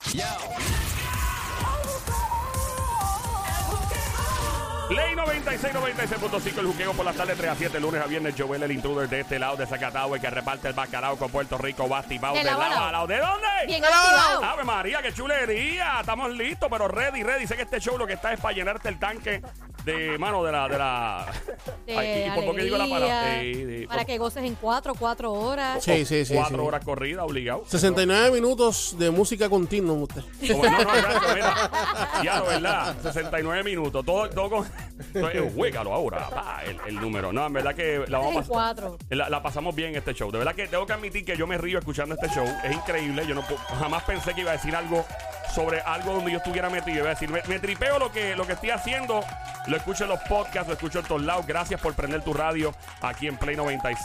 Ley 96.5, el juqueo por las tardes 3 a 7, lunes a viernes. Joel, el intruder de este lado de Zacatau, el que reparte el bacalao con Puerto Rico, va activado de lado a lado. ¿De dónde? Bien activado. ¡Ave María, qué chulería! Estamos listos, pero ready. Sé que este show lo que está es para llenarte el tanque de mano de la De ¿y por qué digo la palabra? para que goces en 4 horas. Sí. 4 horas corridas, obligado. 69 minutos de música continua, usted. No, gracias, mira. Ya, ¿verdad? 69 minutos. Todo con... Juégalo ahora, el número. No, en verdad que la vamos a pasar. 4. La pasamos bien este show. De verdad que tengo que admitir que yo me río escuchando este show. Es increíble. Yo jamás pensé que iba a decir algo sobre algo donde yo estuviera metido. Iba a decir, me tripeo lo que estoy haciendo. Lo escucho en los podcasts, lo escucho en todos lados. Gracias por prender tu radio aquí en Play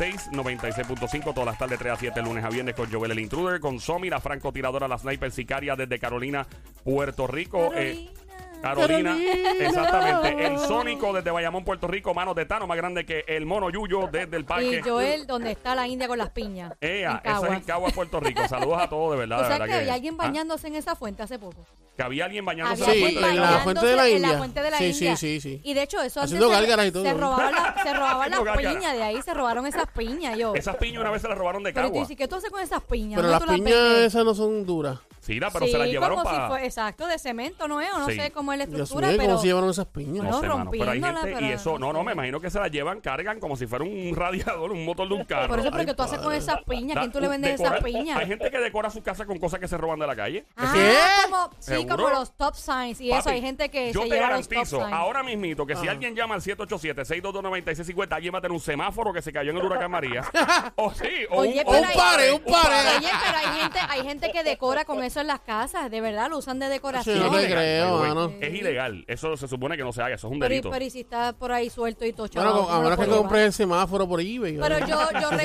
96.5 todas las tardes 3 a 7, lunes a viernes con Joel el Intruder, con Somi, la francotiradora, la sniper sicaria desde Carolina, Puerto Rico. Carolina, exactamente. El Sónico desde Bayamón, Puerto Rico. Manos de Tano, más grande que el mono Yuyo desde el parque. Y Joel, donde está la India con las piñas. Eso es en Caguas, Puerto Rico. Saludos a todos, de verdad. O sea, de verdad que había alguien bañándose en esa fuente hace poco. Que había alguien bañándose Sí, en la fuente de la En India. la fuente de la India. Sí. Y de hecho, eso antes Haciendo gárgaras y todo. se robaban las Haciendo piñas. De ahí se robaron esas piñas. Esas piñas una vez se las robaron de Pero tú Caguas. dices, ¿qué tú haces con esas piñas? Pero ¿Dónde las tú piñas vendes? esas no son duras. Sí, pero se las llevaron como para... si fue, exacto, de cemento, ¿no es? O no Sí. sé cómo es la Dios estructura, mío, pero... ¿cómo se llevaron esas piñas? No, No sé, mano, pero hay rompiéndola, gente, pero y eso, no no, sé. me imagino que se la llevan, cargan como si fuera un radiador, un motor de un carro. Por eso, pero Ay, que tú haces con padre. esas piñas, ¿quién tú le vendes esas piñas? Hay gente que decora su casa con cosas que se roban de la calle. ¿Qué? Como ¿Seguro? los top signs y eso, Papi, hay gente que yo se te lleva los top garantizo signs. ahora mismito que si Ajá. alguien llama al 787-622-9650, alguien va a tener un semáforo que se cayó en el huracán María. O sí, o Oye, un pero un pare. Oye, pero hay gente que decora con eso en las casas, de verdad, lo usan de decoración. Sí, no te creo, güey. mano. Es ilegal. Eso se supone que no se haga. Eso es un Pero, delito. pero y si está por ahí suelto y tochado. Bueno, ¿cómo a lo menos que puedo compres llevar? el semáforo por eBay. Pero ¿verdad? yo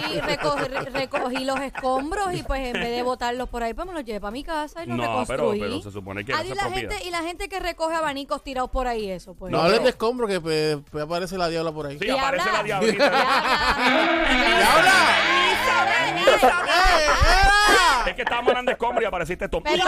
recogí los escombros y pues en vez de botarlos por ahí, pues me los llevé para mi casa y los No, reconstruí. pero se supone que Ah, esa y es la propiedad. gente, y la gente que recoge abanicos tirados por ahí, eso, pues. No hables de escombro que pues aparece la diabla por ahí. Sí, aparece la diablita. ¡Diabla! Es que estábamos hablando de escombro y apareciste tú. Pero,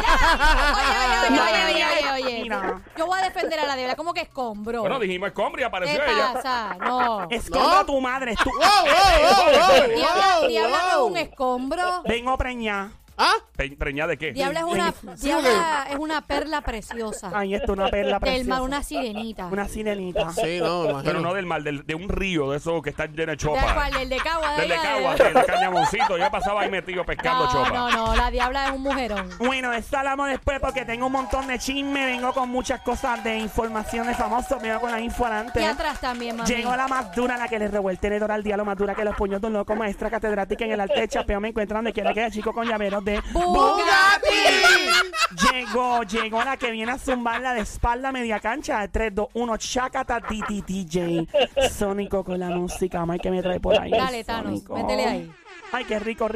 oye. Yo voy a defender a la diabla. ¿Cómo que escombro? Bueno, dijimos escombro y ¿Qué apareció ella. pasa? No. Escombra a tu madre, tú. Diabla no es un escombro. Vengo preñada. ¿Ah? ¿Preñada de qué? Diabla es una perla preciosa. Ay, esto es una perla Del preciosa. mar, una sirenita. Una sirenita. Sí, no, imagino. Pero no del mar, de un río de esos que está lleno de ¿De chopa. cuál? ¿El de Cagua? Del de Caguas, del de Cañamoncito. Yo pasaba ahí metido pescando chopa. No, la diabla es un mujerón. Bueno, de eso hablamos después porque tengo un montón de chisme. Vengo con muchas cosas de información de famosos. Vengo con la info Y adelante. atrás también, mami. Llegó la más dura, la que le revuelve el tenedor al diablo, más dura que los puños de un loco, maestra catedrática en el arte de chapeo. Me encuentran donde quiera que haya chico con llaveros de ¡Bugatti! Llegó la que viene a zumbarla de espalda a media cancha. 3, 2, 1, chacata, DJ Sónico con la música. Ay, que me trae por ahí. Dale, Thanos, Sónico. métele ahí. Ay, qué rico.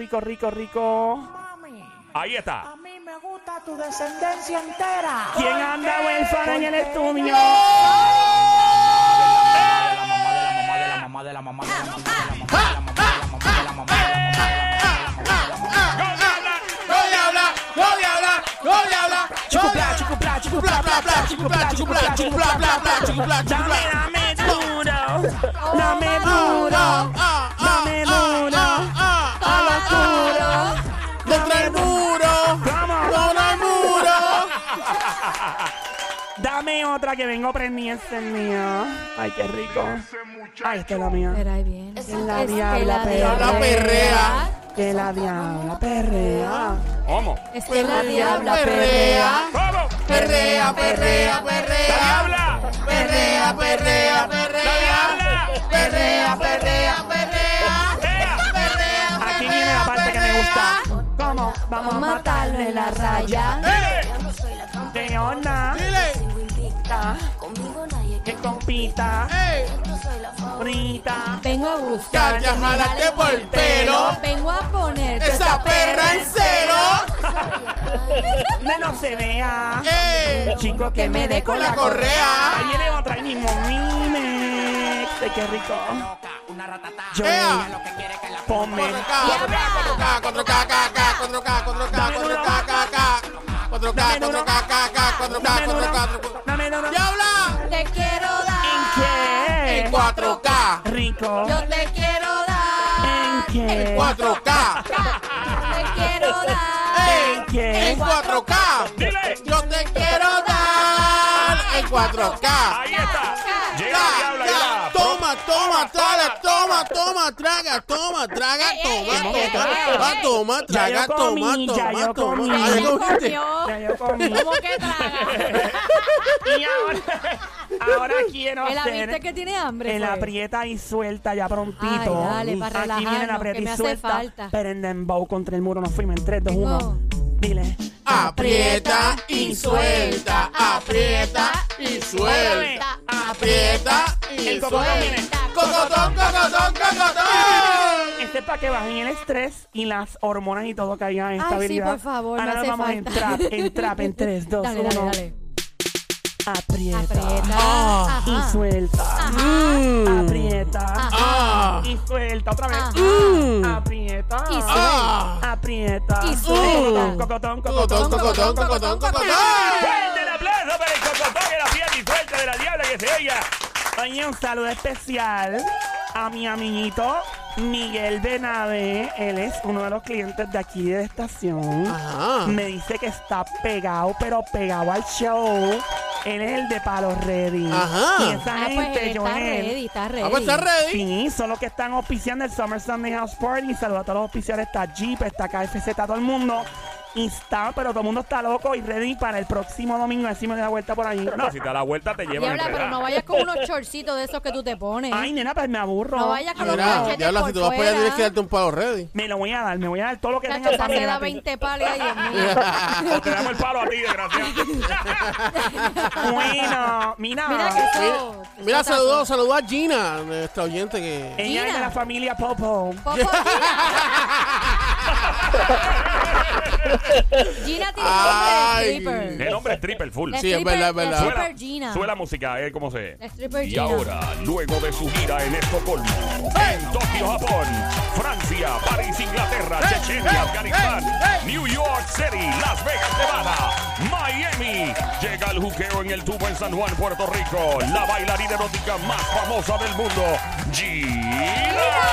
Ahí está. A mí me gusta tu descendencia entera. ¿Quién anda huérfana en el estudio? Dame duro, dame duro, dame duro, a lo oscuro. ¡Contra el muro! Vamos. ¡Contra el muro! Dame otra que vengo prendida encendida. Ay, qué rico. Ay, esta es la mía. Espera, ahí viene. Es la diabla diabla perrea. Que la diabla perrea. ¿Cómo? Es que la diabla perrea. ¿Cómo? Perrea, perrea, ¡La perrea. diabla! Perrea, perrea, perrea. Perrea, perrea, perrea. Perrea. Aquí viene la parte que me gusta. ¿Cómo? Vamos a matarle la raya. ¿Qué onda? Dile. Que compita. ¡Ey! Frita. Vengo a buscar. Calla, jalarte por el pelo. Vengo a ponerte Esa perra en cero. No se vea. ¡Ey! Chico que me dé con La la correa. Ahí viene otra y mismo remix. Ay, qué rico. Yo ¡Ea! ponme. Contra K, contra K, contra K, contra K, contra K, contra K, contra K, K, K. 4K, Dame 4K, uno. 4K, Dame 4K, uno. 4K. Dame uno. ¡Diabla! Te quiero dar. ¿En En qué? 4K. Rico. Yo te quiero dar. ¿En qué? 4K. Te quiero dar. ¿En qué? En 4K. Dile. Yo te quiero dar en 4K. Ahí está. Llega Ya, la diabla, ya. ya. Toma, toma, traga, toma, toma, traga, toma, traga, toma, Ya yo comí, ya yo comí. Ah, ¿ya comiste? Comió. Ya yo comí. ¿Cómo que traga? Y ahora quiero ¿El hacer viste que tiene hambre? el fue? aprieta y suelta ya prontito. Ay, dale, para Aquí viene el relajarnos, aprieta que y me hace suelta. falta. Pero en Dembow contra el muro nos fuimos en 3, 2, 1. Dile. Aprieta y suelta, aprieta y suelta, aprieta y El cocotón viene. suelta. Cocotón, cocotón, cocotón. Este es para que bajen el estrés y las hormonas y todo caigan en Ay, estabilidad. sí, por favor, Ahora me hace nos vamos falta. en trap, en 3, 2, Dale, 1. dale, dale. Aprieta. Aprieta. Ah. Y Ajá. suelta. Mm. Aprieta. Ah. Y suelta otra vez. Ajá. Mm. Aprieta. Y Ah. Aprieta. Y suelta. Cocotón, Cocotón, cocotón, cocotón, cocotón. Fuerte el aplauso para el cocotón en la piel y suelta de la diabla que se oiga. Oye, un saludo especial a mi amiguito Miguel Benavé. Él es uno de los clientes de aquí de la estación. Ajá. Me dice que está pegado, pero pegado al show. Él es el de Palos Ready. Ajá. Y esa Ah, pues gente, él está Joel, ready, está ready. Ah, pues está ready. sí, son los que están auspiciando el Summer Sunday House Party. Saludos a todos los auspiciadores. Está Jeep, está KFC, está todo el mundo. Y está, pero todo el mundo está loco y ready para el próximo domingo. Decimos de la vuelta por ahí. No, si te da la vuelta te llevan Diabla, pero no vayas con unos shortcitos de esos que tú te pones. Ay, nena, pues me aburro. No vayas con los Mira, cachetes diabla, por si tú vas para allá fuera. tienes que darte un palo ready. Me lo voy a dar, me voy a dar todo lo que Chacho, tenga esa para se da mí. 20 palos, ay, Dios mío. O te damos el palo a ti, desgraciado. Bueno, mira. Mira que eso... Mira, eso saludos a Gina, nuestra oyente que... Ella es de Gina. la familia Popo. Popo, Gina tiene Ay. nombre de stripper. El nombre es triple full. Sí, es verdad, es La verdad. stripper Gina. Sube la música, cómo se... La stripper Y Gina. ahora, luego de su gira en Estocolmo, en Tokio, Japón, Francia, París, Inglaterra, Chechenia, Afganistán, New York City, Las Vegas, Nevada, Miami, llega el juqueo en el tubo en San Juan, Puerto Rico, la bailarina erótica más famosa del mundo, Gina.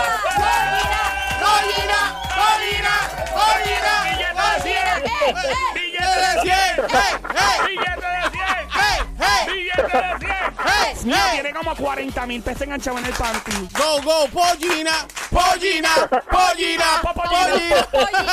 ¡Gorina! ¡Gorina! ¡Gorina! ¡Billete de 100! ¡Billete de 100! ¡Hey! ¡Billete de 100! ¡Hey! ¡Hey! ¡Billete de 100! ¡Hey! Mira, ¡Hey! tiene como 40,000 pesos enganchados en el panty. ¡Go, go! ¡Pollina! ¡Pollina! ¡Pollina! ¡Pollina!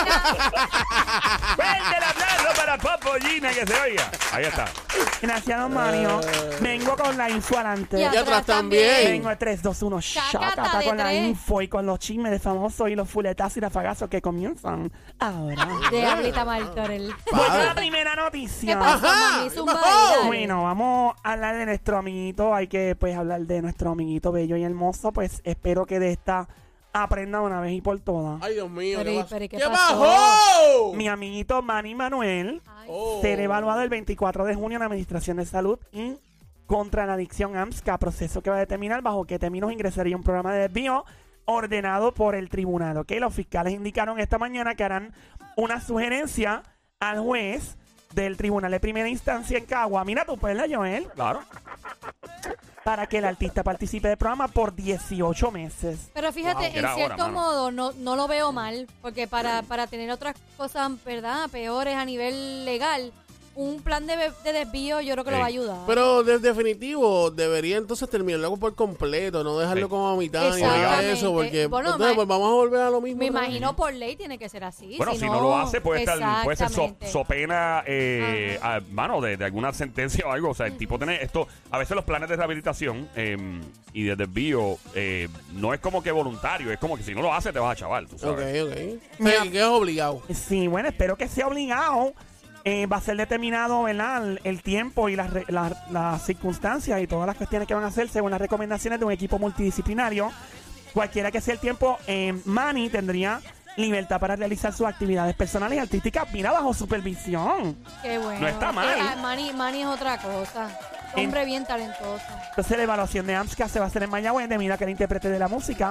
¡Fuerte el aplauso para Popollina que se oiga! Ahí está. Gracias, don Mario. Vengo con la info adelante. Y atrás también. Vengo de 3, 2, 1, Chacata shakata de con la 3. info y con los chismes de famosos y los fuletazos y rafagazos que comienzan ahora. Diablita Martorell. Voy con la Padre. primera ¿Qué noticia. pasa, Ajá, mami? ¿qué Zumba pasó? ahí, dale. Bueno, vamos a hablar de nuestro amiguito. Hay que pues hablar de nuestro amiguito bello y hermoso. Pues espero que de esta aprenda una vez y por todas. Ay, Dios mío. Pero, ¿qué ¿Qué pasó? bajó? Mi amiguito Manny Manuel Ay, Oh. será evaluado el 24 de junio en la Administración de Salud y contra la adicción AMSCA, proceso que va a determinar bajo qué términos ingresaría un programa de desvío ordenado por el tribunal. ¿Ok? Los fiscales indicaron esta mañana que harán una sugerencia al juez del tribunal de primera instancia en Cagua. Mira tú, pues, Joel, Claro. para que el artista participe del programa por 18 meses. Pero fíjate, Wow, era en cierto ahora, mano. modo no lo veo mal, porque para tener otras cosas, ¿verdad?, peores a nivel legal, un plan de desvío yo creo que lo va a ayudar. Pero de definitivo debería entonces terminarlo por completo, no dejarlo Sí. como a mitad ni nada de Exactamente. eso, porque Bueno, entonces pues vamos a volver a lo mismo. Me otra vez. imagino por ley tiene que ser así. Bueno, si no lo hace, puede ser Exactamente. so pena, Ajá. mano, de alguna sentencia o algo. O sea, el tipo tiene esto. A veces los planes de rehabilitación y de desvío no es como que voluntario, es como que si no lo hace, te vas a chaval, tú Ok, sabes. ok. Mira. Sí, que es obligado. Sí, bueno, espero que sea obligado. Va a ser determinado, ¿verdad?, el tiempo y las circunstancias y todas las cuestiones que van a hacer según las recomendaciones de un equipo multidisciplinario. Cualquiera que sea el tiempo, Manny tendría libertad para realizar sus actividades personales y artísticas, mira, bajo supervisión. Qué bueno. No está mal. Manny es otra cosa. Hombre bien talentoso. Entonces la evaluación de AMSCA se va a hacer en Mayagüez debido a que el intérprete de la música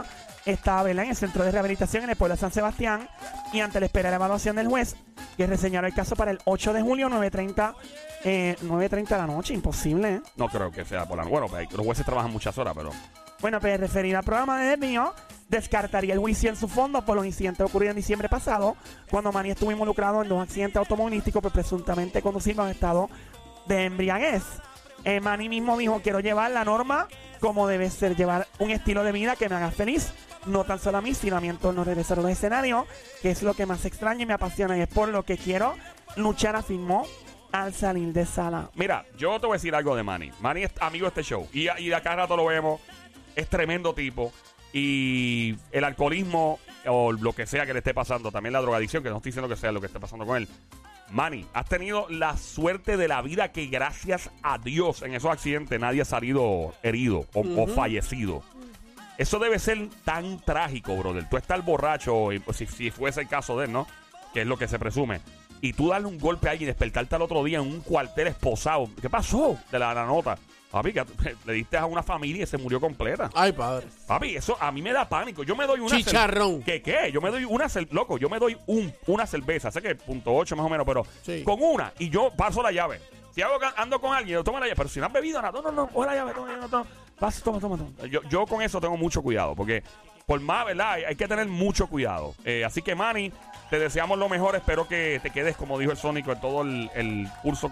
estaba, ¿verdad?, en el centro de rehabilitación en el pueblo de San Sebastián y ante la espera de la evaluación del juez que reseñará el caso para el 8 de julio, 9:30 de la noche. Imposible, ¿eh? No creo que sea por la... Bueno, pues, los jueces trabajan muchas horas, pero... Bueno, pues referido al programa de desvío, descartaría el juicio en su fondo por los incidentes ocurridos en diciembre pasado, cuando Manny estuvo involucrado en 2 accidentes automovilísticos por presuntamente conducir bajo estado de embriaguez. Manny mismo dijo: quiero llevar la norma como debe ser, llevar un estilo de vida que me haga feliz, no tan solo a mí, sino a mi entorno, regresar a los escenarios, que es lo que más extraña y me apasiona y es por lo que quiero luchar, afirmó al salir de sala. Mira, yo te voy a decir algo de Manny. Manny es amigo de este show y de cada rato lo vemos. Es tremendo tipo. Y el alcoholismo o lo que sea que le esté pasando, también la drogadicción, que no estoy diciendo que sea lo que esté pasando con él. Manny, has tenido la suerte de la vida que gracias a Dios en esos accidentes nadie ha salido herido o fallecido. Eso debe ser tan trágico, brother. Tú estás borracho, y, pues, si fuese el caso de él, ¿no? Que es lo que se presume. Y tú darle un golpe a alguien y despertarte al otro día en un cuartel esposado. ¿Qué pasó? De la nota. Papi, que le diste a una familia y se murió completa. Ay, padre. Papi, eso a mí me da pánico. Yo me doy una chicharrón. ¿Qué? Yo me doy loco, yo me doy una cerveza. Sé que .8 más o menos, pero sí, con una y yo paso la llave. Si ando con alguien, yo tomo la llave. Pero si no has bebido nada, no, coge la llave, toma. Toma. Yo con eso tengo mucho cuidado, porque por más, ¿verdad? Hay que tener mucho cuidado. Así que, Manny, te deseamos lo mejor. Espero que te quedes, como dijo el Sónico, en todo el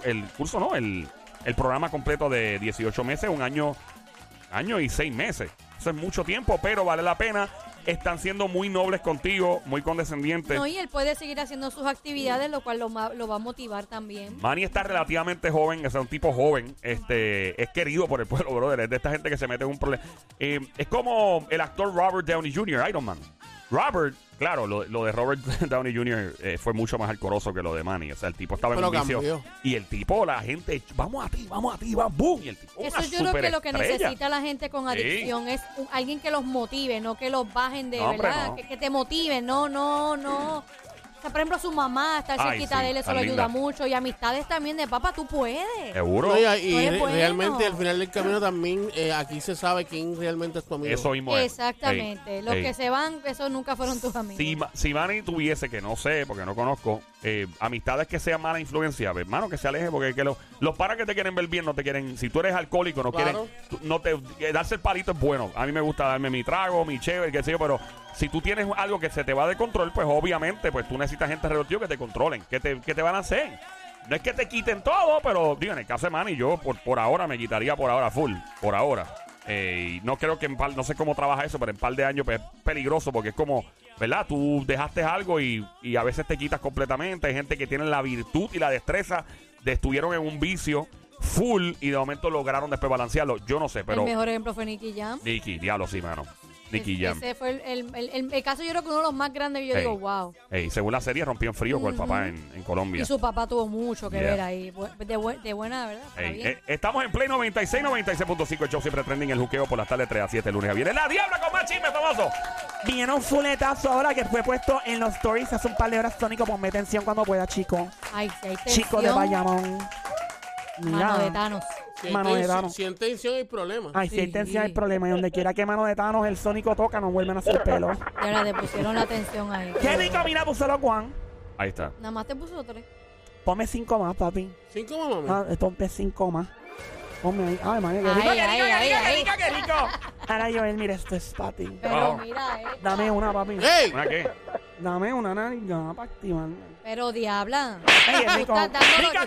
programa completo de 18 meses, un año y 6 meses. Eso es mucho tiempo, pero vale la pena. Están siendo muy nobles contigo, muy condescendientes. No, y él puede seguir haciendo sus actividades, lo cual lo va a motivar también. Manny está relativamente joven, es un tipo joven, es querido por el pueblo, brother. Es de esta gente que se mete en un problema. Es como el actor Robert Downey Jr., Iron Man. Robert, claro, lo de Robert Downey Jr. Fue mucho más alcoroso que lo de Manny. O sea, el tipo estaba en un vicio. Cambió. Y el tipo, la gente, vamos a ti, va, boom. Y el tipo, eso yo creo que lo que necesita la gente con adicción es alguien que los motive, no que los bajen de, ¿verdad? No. Que te motiven, no. O sea, por ejemplo, su mamá, estar cerquita de él, eso le ayuda mucho. Y amistades también de papá, tú puedes. Seguro. No, y realmente al final del camino también aquí se sabe quién realmente es tu amigo. Eso mismo es. Exactamente. Los que se van, esos nunca fueron tus amigos. Si Manny tuviese, que no sé, porque no conozco, amistades que sean mala influencia, hermano, que se aleje, porque los paras que te quieren ver bien no te quieren. Si tú eres alcohólico, no quieren. Darse el palito es bueno. A mí me gusta darme mi trago, mi chévere, qué sé yo, pero si tú tienes algo que se te va de control, pues obviamente pues tú necesitas gente alrededor que te controlen, que te van a hacer. No es que te quiten todo, pero digo, en el caso de Manny, yo por ahora me quitaría full, por ahora. Y no creo que no sé cómo trabaja eso, pero en un par de años pues, es peligroso porque es como, ¿verdad? Tú dejaste algo y a veces te quitas completamente. Hay gente que tiene la virtud y la destreza estuvieron en un vicio full y de momento lograron después balancearlo. Yo no sé, pero... El mejor ejemplo fue Nicky Jam. Nicky, diablo, sí, mano. Nicky Jam. Ese fue el caso, yo creo que uno de los más grandes que yo digo, wow. Según la serie, rompió en frío con el papá en Colombia. Y su papá tuvo mucho que ver ahí. De buena, ¿verdad? Estamos en Play 96, 96.5. El show siempre trending, el juqueo por las tardes 3 a 7, lunes a viernes. La Diabla con más chisme, famoso. Viene un fuletazo ahora que fue puesto en los stories hace un par de horas, Sónico. Ponme atención cuando pueda, chico. Ay, si hay tensión. Chico de Bayamón. Mira. Mano de Thanos. Si hay tensión hay problema. Ay, si hay tensión hay problema. Y donde quiera que Mano de Thanos el Sónico toca, no vuelven a hacer pelo. Y ahora te pusieron la tensión ahí. Qué rico, mira, puso los Juan. Ahí está. Nada más te puso 3. Ponme 5 más, papi. 5 más, mami. Ponme 5 más. Ponme ahí. Ay, man, qué rico, qué rico. Ahora Joel, mira, esto es papi. Pero mira, Dame una, papi. ¡Ey! ¿Una qué? Dame una nariga para activarme. Pero diabla. Ay, qué rico. Qué rico.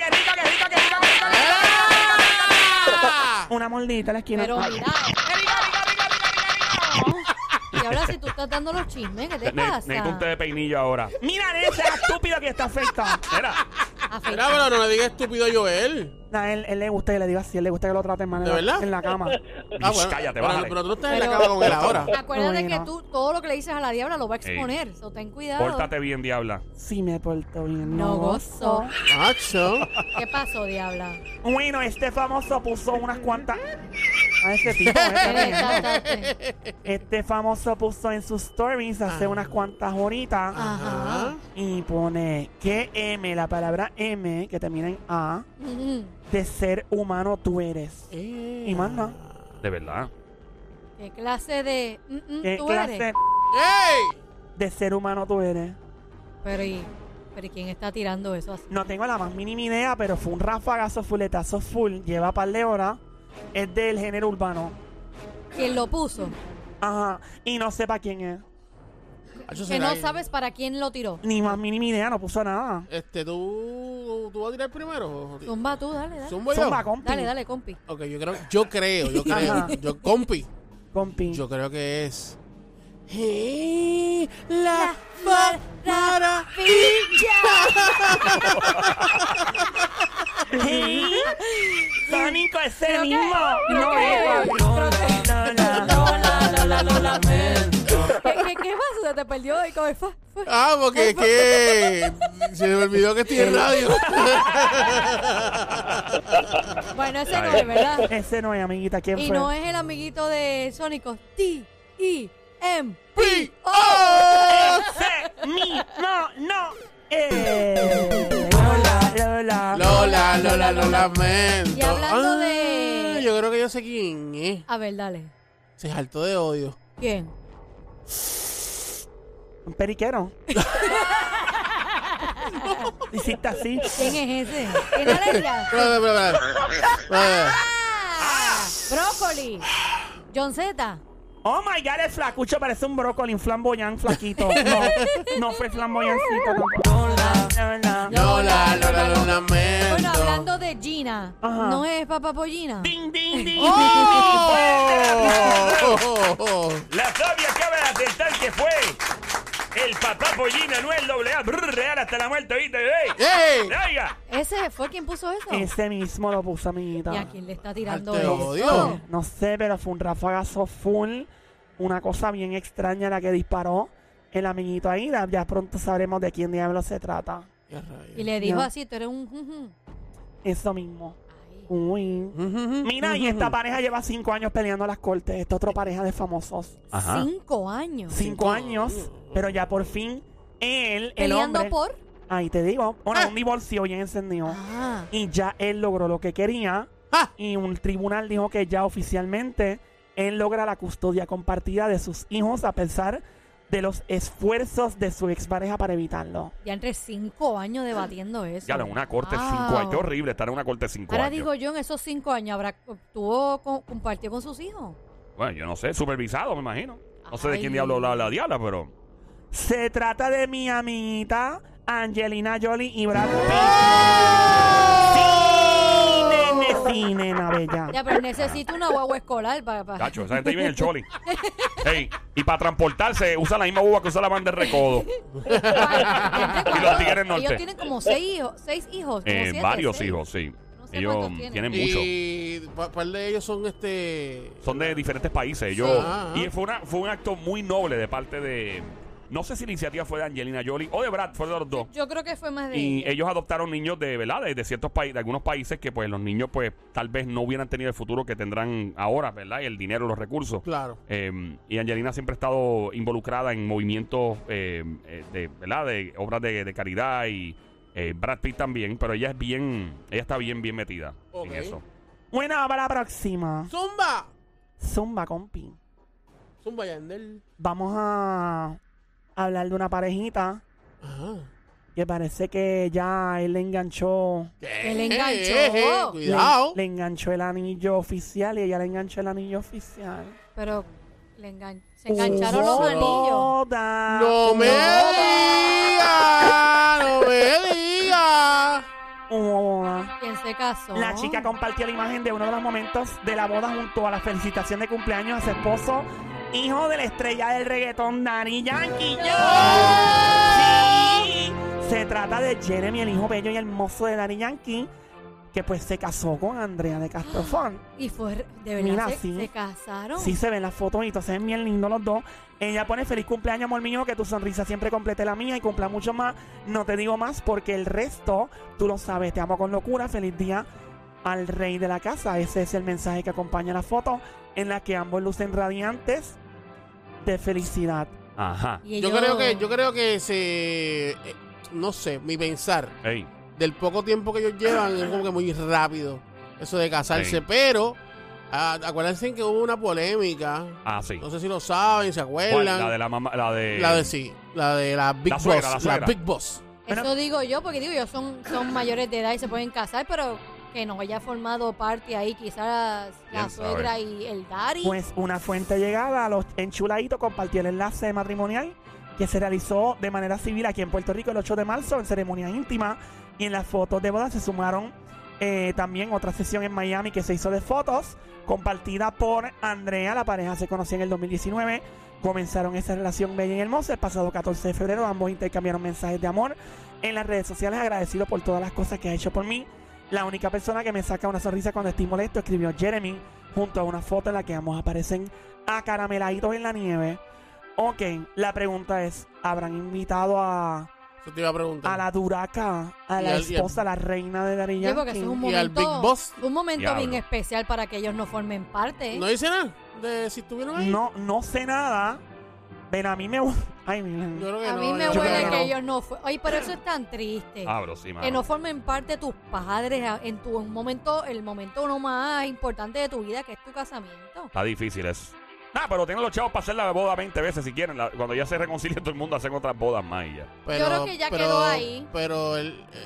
Una mordita en la esquina. Pero mira. Diabla, si tú estás dando los chismes, ¿qué te pasa? Necesito un té de peinillo ahora. Mira ese estúpido que está afeitado. Mira. Mira, pero no le digas estúpido a Joel. No, él le gusta que le diga así, él le gusta que lo traten mal ¿De verdad? en la cama. Bueno, Cállate, pero, bájale. pero tú no estás en la cama con él ahora. Acuérdate Bueno. que tú todo lo que le dices a la diabla lo va a exponer. So, ten cuidado. Pórtate bien, Diabla. Sí me porto bien. No gozo. Macho. ¿Qué pasó, diabla? Bueno, este famoso puso unas cuantas... A ese tipo. Este famoso puso en sus stories hace unas cuantas horitas. Ajá. Y pone que M, la palabra M, que termina en A, de ser humano tú eres. Y más nada. De verdad. ¿Qué clase de ¿Qué tú clase eres? ¡Ey! de ser humano tú eres. Pero ¿y quién está tirando eso así? No tengo la más mínima idea, pero fue un rafagazo fuletazo full. Lleva par de horas. Es del género urbano. ¿Quién lo puso? Ajá. Y no sé para quién es. Que no sabes para quién lo tiró. Ni más mínima idea, no puso nada. ¿Tú vas a tirar primero? Zumba tú, dale. ¿Zumba yo? Zumba, compi. Dale, compi. Ok, yo creo. Compi. Compi. Yo creo que es... La maravilla. Sónico, ese Creo que- mismo. creo No que- es. ¿Qué pasó? Se te perdió y como fue. Porque es que se me olvidó que estoy en radio. Bueno, ese no es, ¿verdad? Ese no es, amiguita. ¿Quién Y fue? no es el amiguito de Sónico. T-I-M-P. Ese no. Lola. Lola, lo lamento. Y hablando de- Yo creo que yo sé quién es. A ver, dale. Se jaltó de odio. ¿Quién? Un periquero. Hiciste así. ¿Quién es ese? ¿Tiene alergia? Espera. Brócoli. John Z. Oh my God, el flacucho parece un brócoli, un flamboyán flaquito. No fue flamboyancito tampoco. Lola, lo lamento. Bueno, hablando de Gina. Ajá. ¿No es Papá Pollina? Ding, ding, ding. ¡Oh! La Flavia acaba de aceptar que fue el papá Pollina, no el AA. Real hasta la muerte, ¿viste? ¡Ey! Oiga. ¿Ese fue quien puso eso? Ese mismo lo puso, amiguita. ¿Y a quién le está tirando Te eso? odio. No sé, pero fue un rafagazo full. Una cosa bien extraña la que disparó el amiguito ahí. Ya pronto sabremos de quién diablo se trata. Y le dijo No. así, tú eres un... Eso mismo. Ay. Uy. Mira, y esta pareja lleva 5 años peleando las cortes. Esta otra pareja de famosos. Ajá. 5 años. 5 años, pero ya por fin él, el Peleando hombre... por... Ahí te digo. Bueno, un divorcio bien encendido. Ah. Y ya él logró lo que quería. Y un tribunal dijo que ya oficialmente él logra la custodia compartida de sus hijos a pesar de los esfuerzos de su expareja para evitarlo. Ya entre 5 años debatiendo eso. Ya, en una corte de Wow. 5 años. Qué horrible estar en una corte de 5 Ahora años. digo yo, en esos 5 años, compartió con sus hijos? Bueno, yo no sé, supervisado, me imagino. No sé de quién Ay. diablo habla la diabla, pero... Se trata de mi amiguita Angelina Jolie y Brad Pitt. Sí, nena bella. Ya, pero necesito una guagua escolar para... Cacho, esa gente vive en el choli. Ey, y para transportarse usa la misma uva que usa la banda de recodo. Y los tigres norte. Ellos tienen como 6 hijos. Como 7, Varios 6. hijos, sí. No sé Ellos cuántos tienen. tienen mucho. Y par de ellos son Son de diferentes países. Ellos, Sí. y fue un acto muy noble de parte de... No sé si la iniciativa fue de Angelina Jolie o de Brad, fue de los dos. Yo creo que fue más de Y ellos. ellos adoptaron niños de, ¿verdad? De ciertos países, de algunos países que pues los niños pues tal vez no hubieran tenido el futuro que tendrán ahora, ¿verdad? Y el dinero, los recursos. Claro. Y Angelina siempre ha estado involucrada en movimientos de, ¿verdad? De obras de caridad y Brad Pitt también, pero ella está bien metida Ok. en eso. Bueno, para la próxima. ¡Zumba! Zumba, compi. Zumba Yandel. Vamos a hablar de una parejita Ajá. que parece que ya él le enganchó. Él enganchó. Cuidado. Le enganchó el anillo oficial y ella le enganchó el anillo oficial. Pero se engancharon los anillos. Boda. ¡No me digas! ¡No me digas! Boda. ¿Quién se casó? La chica compartió la imagen de uno de los momentos de la boda junto a la felicitación de cumpleaños a su esposo, hijo de la estrella del reggaetón, Daddy Yankee. Sí. Se trata de Jeremy, el hijo bello y hermoso de Daddy Yankee, que pues se casó con Andrea de Castrofón. Y fue, de verdad, Mira, se, sí. se casaron. Sí se ven las fotos y se ven bien lindos los dos. Ella pone feliz cumpleaños, amor mío, que tu sonrisa siempre complete la mía y cumpla mucho más. No te digo más porque el resto, tú lo sabes, te amo con locura. Feliz día al rey de la casa. Ese es el mensaje que acompaña la foto en la que ambos lucen radiantes de felicidad. Ajá. Y Yo ellos- creo que no sé, mi pensar Ey. del poco tiempo que ellos llevan es como que muy rápido eso de casarse, Sí. pero Acuérdense que hubo una polémica. Sí. No sé si lo saben, ¿se acuerdan? ¿Cuál? La de la mamá, la de la Big Boss. La Big Boss. Eso digo yo, porque digo yo, son mayores de edad y se pueden casar, pero que no haya formado parte ahí quizás la suegra y el daddy. Pues una fuente llegada a los enchuladitos compartió el enlace matrimonial que se realizó de manera civil aquí en Puerto Rico el 8 de marzo en ceremonia íntima, y en las fotos de boda se sumaron también otra sesión en Miami que se hizo de fotos compartida por Andrea. La pareja se conoció en el 2019. Comenzaron esa relación bella y hermosa. El pasado 14 de febrero ambos intercambiaron mensajes de amor en las redes sociales, agradecido por todas las cosas que ha hecho por mí. La única persona que me saca una sonrisa cuando estoy molesto, escribió Jeremy, junto a una foto en la que ambos aparecen acarameladitos en la nieve. Ok, la pregunta es, ¿habrán invitado a... Eso te iba a preguntar. A la duraca, a la esposa, la reina de Daddy Yankee? Sí, porque eso es un momento, y al Big Boss. Un momento bien especial para que ellos no formen parte. ¿No dice nada de si estuvieron ahí? No sé nada. Ven, a mí me... Ay, a mí me huele que ellos no fueron. Oye, pero eso es tan triste. Pero sí, que no formen parte tus padres en el momento uno más importante de tu vida, que es tu casamiento. Está difícil eso. Pero tienen los chavos para hacer la boda 20 veces si quieren. Cuando ya se reconcilie todo el mundo, hacen otras bodas más y ya. Yo creo que ya quedó ahí. Pero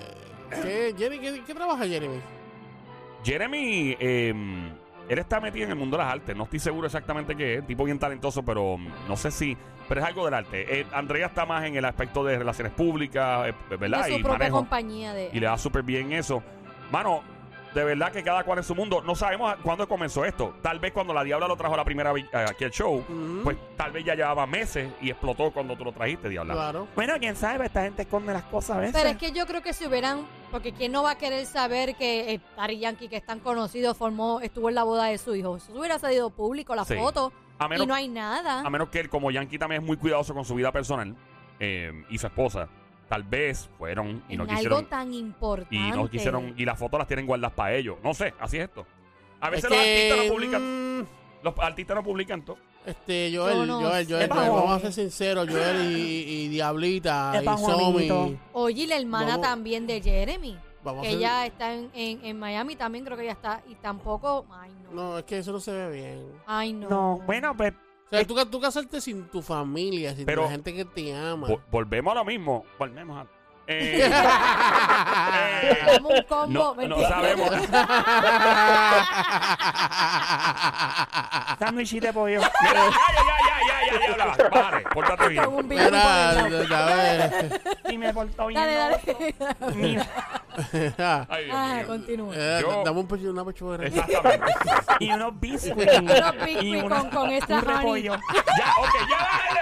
¿qué trabaja Jeremy? Jeremy, él está metido en el mundo de las artes. No estoy seguro exactamente qué es. Tipo bien talentoso, pero no sé si... Pero es algo del arte. Andrea está más en el aspecto de relaciones públicas, ¿verdad? De su propia compañía. Y le da súper bien eso. Mano, de verdad que cada cual en su mundo. No sabemos cuándo comenzó esto. Tal vez cuando la Diabla lo trajo la primera vez aquí al show, pues tal vez ya llevaba meses y explotó cuando tú lo trajiste, Diabla. Claro. Bueno, quién sabe, esta gente esconde las cosas a veces. Pero es que yo creo que si hubieran... Porque ¿quién no va a querer saber que Daddy Yankee, que es tan conocido, estuvo en la boda de su hijo? Eso hubiera salido público, la foto, y no hay nada. A menos que él, como Yankee también es muy cuidadoso con su vida personal, y su esposa, tal vez fueron y no quisieron... algo tan importante. Y no quisieron... Y las fotos las tienen guardadas para ellos. No sé, así es esto. A veces los artistas no publican... Los artistas no publican todo. Joel, vamos a ser sinceros, Joel y Diablita y Somi. Oye, y la hermana también de Jeremy, que ella está en Miami también, creo que ella está, y tampoco, ay no. No, es que eso no se ve bien. Ay no. No, bueno, pues... O sea, tú casarte sin tu familia, sin la gente que te ama. Volvemos a lo mismo. Volvemos a... un combo. No sabemos. Sándwich de pollo. Mira, ya. Bájale, pórtate bien. Y me portó bien. Dale. Mira. Ay, Dios mío. Continúa. Dame una pechuga. Exactamente. Y unos biscuits. Con extra repollo. Ya, dale.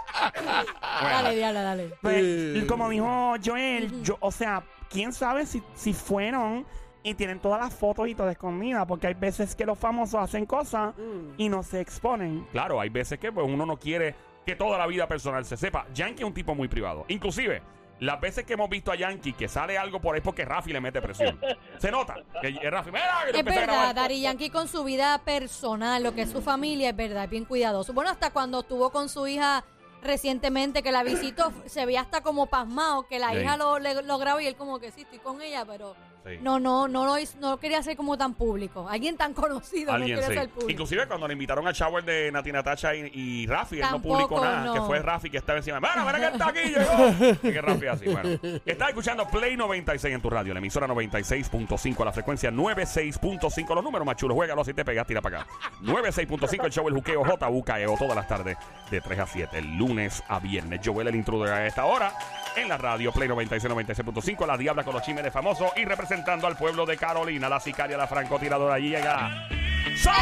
Dale. Pues, como dijo Joel, o sea, quién sabe si fueron y tienen todas las fotos y todo escondidas, porque hay veces que los famosos hacen cosas y no se exponen. Claro, hay veces que pues uno no quiere que toda la vida personal se sepa. Yankee es un tipo muy privado. Inclusive, las veces que hemos visto a Yankee que sale algo por ahí porque Rafi le mete presión. Se nota que Rafi... Es verdad, Daddy Yankee con su vida personal, lo que es su familia, es verdad, es bien cuidadoso. Bueno, hasta cuando estuvo con su hija recientemente, que la visitó, se veía hasta como pasmado, que la hija lo grabó y él como que sí, estoy con ella, pero no quería ser como tan público. Alguien tan conocido no quería ser público. Inclusive cuando le invitaron al shower de Nati Natasha y Rafi, él no publicó nada, que fue Rafi que estaba encima. Mira que está aquí, llegó. Y que Rafi así, bueno. Estás escuchando Play 96 en tu radio, la emisora 96.5, la frecuencia 96.5, los números más chulos, juégalo así te pegas, tira para acá. 96.5, el show El Juqueo, JUKEO, todas las tardes de 3 a 7, el lunes a viernes. Joel el intruder a esta hora en la radio Play 96, 96.5, la Diabla con los chismes famosos y representando al pueblo de Carolina, la sicaria, la francotiradora. Allí llega. Yo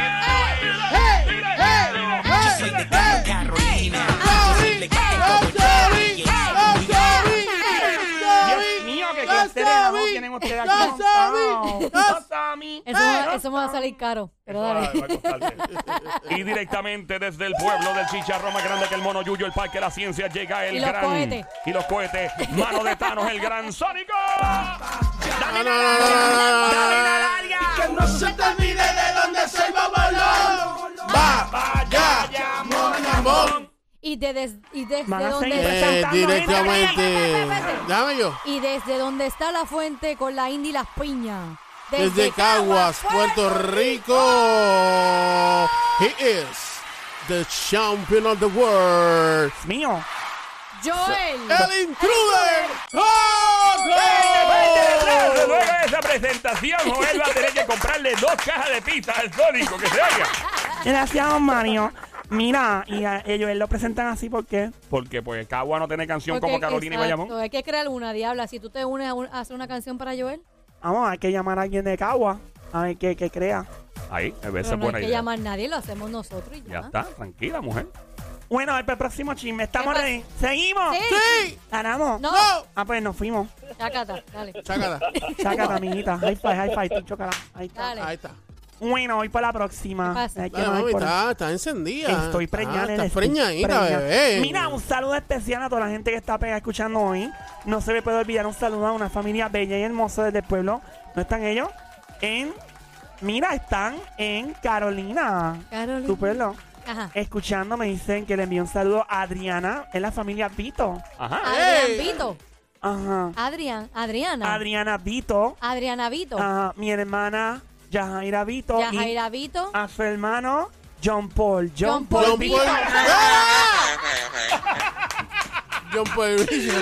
soy de Carolina. Dios mío, que qué relajo tienen ustedes aquí. Eso me va a salir caro, pero dale. Y directamente desde el pueblo del chicharrón más grande que el mono Yuyo, el parque de la ciencia, llega el gran... cohetes. Y los cohetes. Mano de Thanos, el gran Sónico. ¡Dame la larga! Que no se te olvide de dónde soy, Bobolón. Vaya, mon. Y desde donde directamente. Dame yo. Y desde donde está la fuente con la Indy y las piñas. desde Caguas, Puerto Rico. He is the champion of the world. Mío. Joel. El intruder. Luego de esa presentación, Joel va a tener que comprarle 2 cajas de pizza al Sónico, que se oiga. Gracias, don Mario. Mira, y ellos lo presentan así, ¿por qué? Porque pues Cagua no tiene canción Porque, como Carolina y Bayamón. Hay que crear una, diabla. Si tú te unes a hacer una canción para Joel. Vamos, hay que llamar a alguien de Cagua a ver qué crea. Ahí, a ver, esa Pero es no buena hay que idea. llamar a nadie, lo hacemos nosotros y ya. Ya está, tranquila, mujer. Bueno, el próximo chisme. ¿Estamos ¿Qué ready? ¿Seguimos? Sí. ¿Ganamos? No. Ah, pues nos fuimos. Chácata, dale. Chácala. Chácata, amiguita. High five, tú chócala. Ahí está. Dale. Ahí está. Bueno, voy para la próxima. ¿Qué pasa? Hay que Dale, no hay mami, por- está encendida. Estoy preñada, nene, Estás estoy preñadita, preñada. bebé. Mira, un saludo especial a toda la gente que está pegada escuchando hoy. No se me puede olvidar un saludo a una familia bella y hermosa desde el pueblo. ¿No están ellos? Mira, están en Carolina. Carolina. Tu pueblo. Ajá. Escuchando, me dicen que le envío un saludo a Adriana. Es la familia Vito. Ajá. Adrián Vito. Ajá. Adriana. Adriana Vito. Adriana Vito. Ajá. Mi hermana Yajaira Vito. Yajaira Y Vito. a su hermano John Paul. John Paul John Vito. Paul. John Paul.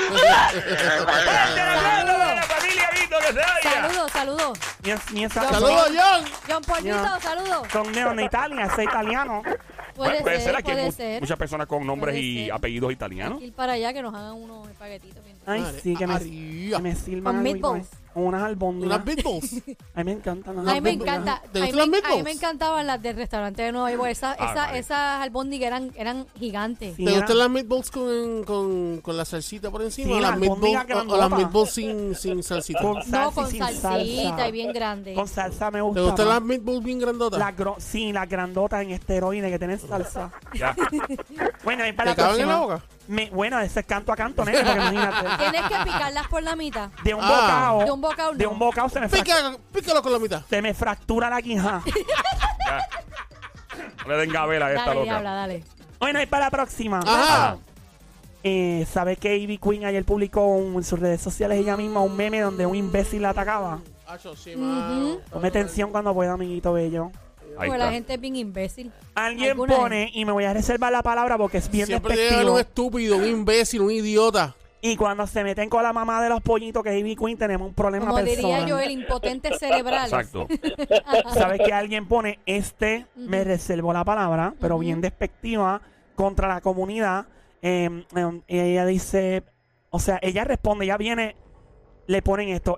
La familia Vito, que se oiga. Saludos. Saludos, John. John Paul Vito, Ya. saludos. Son de Italia, es italiano. Puede ser, aquí hay puede ser. muchas personas con nombres Puede y ser. apellidos italianos. Hay que ir para allá que nos hagan unos espaguetitos. bien Ay, Madre, sí, que María. me sirvan Con algo meatballs. con unas albóndigas. Unas Beatles. A mí me encantan las A mí me albóndigas. encanta. ¿Te A mí gustan las me meatballs? encantaban las del restaurante de Nueva York. Vale. Esas albóndigas eran gigantes. Sí, ¿Te era- gustan las meatballs con la salsita por encima? Sí, o, las las albóndigas meatballs, o las grandotas. meatballs sin salsita? Con No, salsa con y sin salsita salsa. y bien grande. Con salsa me ¿Te gusta. gustan más. las meatballs bien grandotas? Sí, las grandotas en esteroides que tienen salsa. Ya. Bueno, y para ¿Te la caben en la próxima. boca? Bueno, ese es canto a canto, nene, porque imagínate. Tienes que picarlas por la mitad. De un Ah. bocado. De un bocado, no. De un bocado Pícalo con la mitad. se me fractura la quija. Ya. No le den gabela a esta Dale, loca. diabla, dale. Bueno, y para la próxima. Ajá. ¿Sabes que Ivy Queen ayer publicó en sus redes sociales ella misma un meme donde un imbécil la atacaba? Acho, sí, mano. Tome atención cuando pueda, amiguito bello. Ahí Porque está. la gente es bien imbécil. Alguien Alguna pone, y me voy a reservar la palabra porque es bien Siempre llegan despectivo. un estúpido, un imbécil, un idiota. Y cuando se meten con la mamá de los pollitos, que es Ivy Queen, tenemos un problema Como diría personal. yo, el impotente cerebral. Exacto. ¿Sabes que alguien pone, me reservo la palabra, pero bien despectiva contra la comunidad? Y ella dice, o sea, ella responde, ella viene, le ponen esto,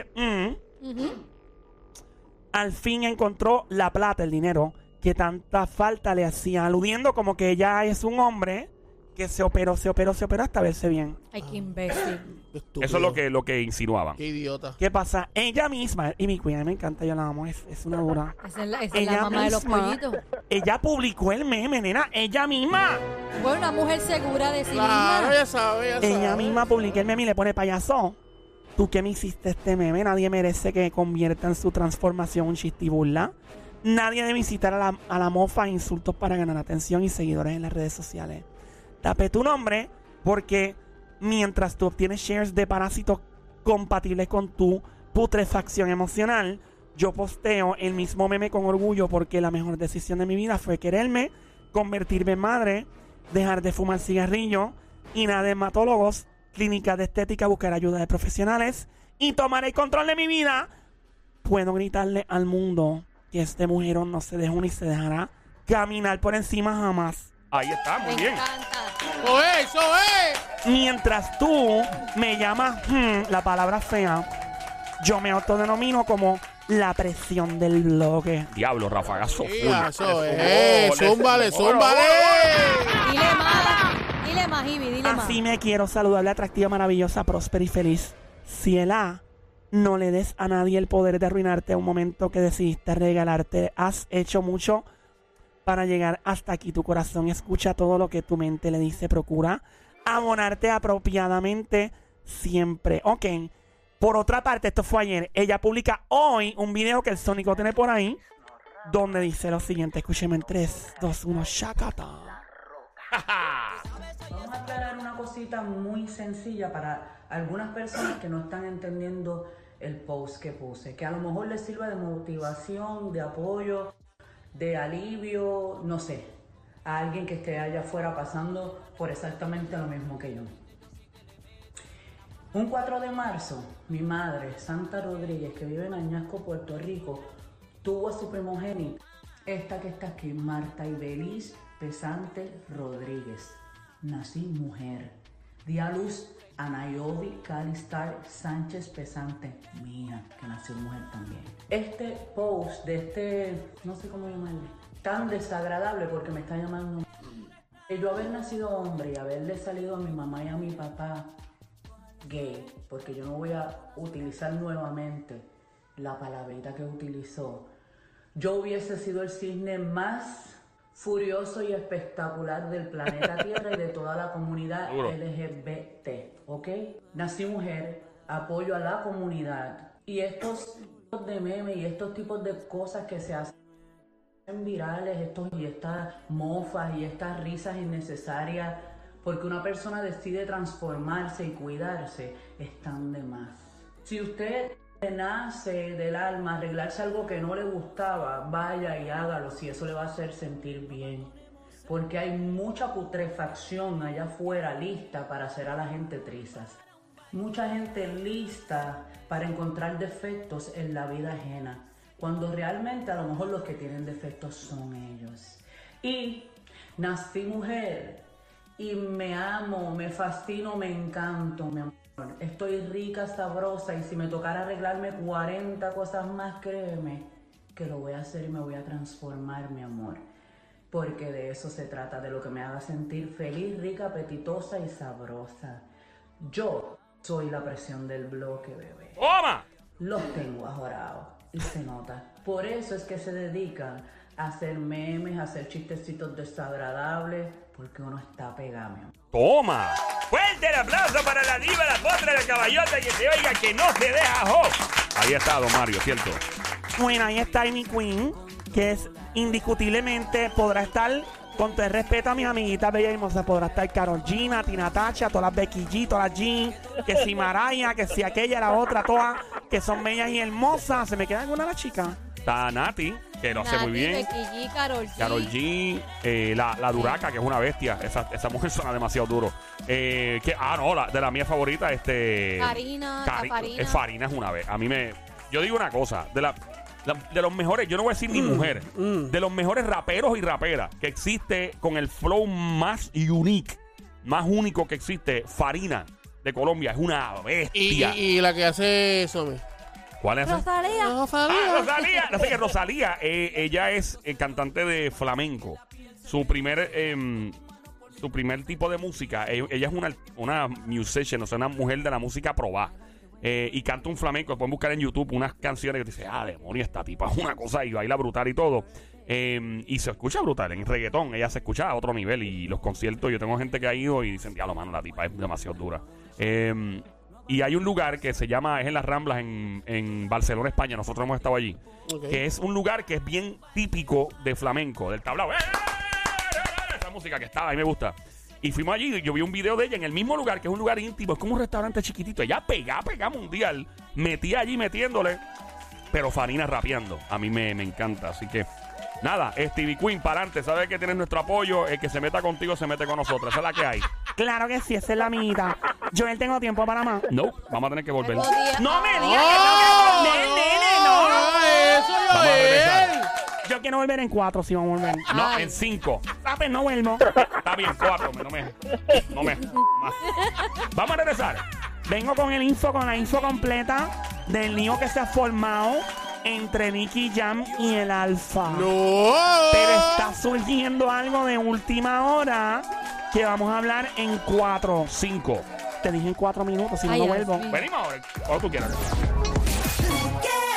al fin encontró la plata, el dinero, que tanta falta le hacía, aludiendo como que ella es un hombre que se operó hasta verse bien. Ay, qué imbécil. Estúpido. Eso es lo que insinuaban. Qué idiota. ¿Qué pasa? Ella misma, y mi cuñada me encanta, yo la amo, es una dura. Esa es la Ella mamá de los misma- pollitos. Ella publicó el meme, nena, ella misma. Bueno, una mujer segura de sí Claro, misma. ya sabe, ya sabe. Ella misma publicó el meme y le pone payaso. Tú que me hiciste este meme, nadie merece que convierta en su transformación un chiste y burla. Nadie debe incitar a la mofa e insultos para ganar atención y seguidores en las redes sociales. Tapé tu nombre porque mientras tú obtienes shares de parásitos compatibles con tu putrefacción emocional, yo posteo el mismo meme con orgullo porque la mejor decisión de mi vida fue quererme, convertirme en madre, dejar de fumar cigarrillo, ir a dermatólogos, clínicas de estética, buscar ayuda de profesionales y tomar el control de mi vida. Puedo gritarle al mundo que este mujerón no se dejó ni se dejará caminar por encima jamás. Ahí está, muy Me bien. encanta. ¡Eso es! Mientras tú me llamas la palabra fea, yo me autodenomino como la presión del bloque. Diablo, rafagazo. Sí, full. eso Le es. sumó, Zúmbale, le sumó. zúmbale. Dile más, Ivy, dile más. Así me quiero, saludable, atractiva, maravillosa, próspera y feliz. Ciela, no le des a nadie el poder de arruinarte un momento que decidiste regalarte. Has hecho mucho para llegar hasta aquí. Tu corazón escucha todo lo que tu mente le dice. Procura abonarte apropiadamente siempre. Ok. Por otra parte, esto fue ayer. Ella publica hoy un video que el Sónico tiene por ahí, donde dice lo siguiente. Escúcheme en 3, 2, 1, shakata. Vamos a aclarar una cosita muy sencilla para algunas personas que no están entendiendo el post que puse, que a lo mejor les sirva de motivación, de apoyo, de alivio, no sé, a alguien que esté allá afuera pasando por exactamente lo mismo que yo. Un 4 de marzo, mi madre, Santa Rodríguez, que vive en Añasco, Puerto Rico, tuvo a su primogénita, esta que está aquí, Marta Ibeliz Pesante Rodríguez. Nací mujer. Di a luz a Nayobi Calistar Sánchez Pesante, mi hija, que nació mujer también. Este post de no sé cómo llamarle, tan desagradable porque me está llamando. Yo haber nacido hombre y haberle salido a mi mamá y a mi papá gay, porque yo no voy a utilizar nuevamente la palabrita que utilizó, yo hubiese sido el cisne más furioso y espectacular del planeta Tierra y de toda la comunidad LGBT, ¿ok? Nací mujer, apoyo a la comunidad, y estos tipos de memes y estos tipos de cosas que se hacen virales, estas mofas y estas risas innecesarias porque una persona decide transformarse y cuidarse, están de más. Si usted nace del alma arreglarse algo que no le gustaba, vaya y hágalo si eso le va a hacer sentir bien. Porque hay mucha putrefacción allá afuera lista para hacer a la gente trizas. Mucha gente lista para encontrar defectos en la vida ajena, cuando realmente a lo mejor los que tienen defectos son ellos. Y nací mujer y me amo, me fascino, me encanto, mi amor. Estoy rica, sabrosa, y si me tocara arreglarme 40 cosas más, créeme que lo voy a hacer y me voy a transformar, mi amor. Porque de eso se trata, de lo que me haga sentir feliz, rica, apetitosa y sabrosa. Yo soy la presión del bloque, bebé. ¡Toma! Los tengo ajorados y se nota. Por eso es que se dedican a hacer memes, a hacer chistecitos desagradables, porque uno está pegado. ¡Toma! ¡Fuerte el aplauso para la diva, la potra, la caballota, que se oiga que no se deja! ¡Oh! Ahí está, don Mario, ¿cierto? Bueno, ahí está Amy Queen, que es indiscutiblemente podrá estar, con todo el respeto a mis amiguitas bellas y hermosas, podrá estar Karol G, Nati Natasha, todas las Becky G, todas las Jean, que si Mariah, que si aquella, la otra, todas que son bellas y hermosas. ¿Se me queda alguna de las chicas? Está Nati, que lo hace muy bien. Becky G, Karol G. Karol G, la Duraca, que es una bestia. Esa mujer suena demasiado duro. De la mía favorita, Farina. Farina es una vez. A mí yo digo una cosa, de los mejores, yo no voy a decir ni mujer, de los mejores raperos y raperas que existe con el flow más único que existe, Farina de Colombia, es una bestia. Y la que hace eso, ¿Cuál es? Rosalía. Rosalía. No sé qué Rosalía, ella es cantante de flamenco. Su primer tipo de música, ella es una musician, o sea, una mujer de la música probada. Y canta un flamenco. Pueden buscar en YouTube unas canciones que te dicen, demonio, esta tipa es una cosa, y baila brutal y todo. Y se escucha brutal en reggaetón. Ella se escucha a otro nivel. Y los conciertos, yo tengo gente que ha ido y dicen, diablo, mano, la tipa es demasiado dura. Y hay un lugar que se llama, es en las Ramblas en Barcelona, España. Nosotros hemos estado allí. Okay. Que es un lugar que es bien típico de flamenco, del tablao. Esa música que estaba, a mí me gusta. Y fuimos allí y yo vi un video de ella en el mismo lugar, que es un lugar íntimo, es como un restaurante chiquitito. Ella pega mundial, metía allí metiéndole, pero Farina rapeando. A mí me encanta, así que nada, Stevie Queen, para adelante, sabes que tienes nuestro apoyo. El que se meta contigo se mete con nosotros, esa es la que hay. Claro que sí, esa es la amiguita. Joel, ¿tengo tiempo para más? No, vamos a tener que volver. No me digas que tengo que volver, nene, no. Eso, Joel. Yo quiero volver en 4, si vamos a volver. No, en 5. Pues no vuelvo. Está bien, 4, no me. Vamos a regresar. Vengo con la info completa del lío que se ha formado entre Nicky Jam y el Alfa. No. Pero está surgiendo algo de última hora que vamos a hablar en 4. 5. Te dije en 4 minutos, si no vuelvo. Venimos ahora, cuando tú quieras.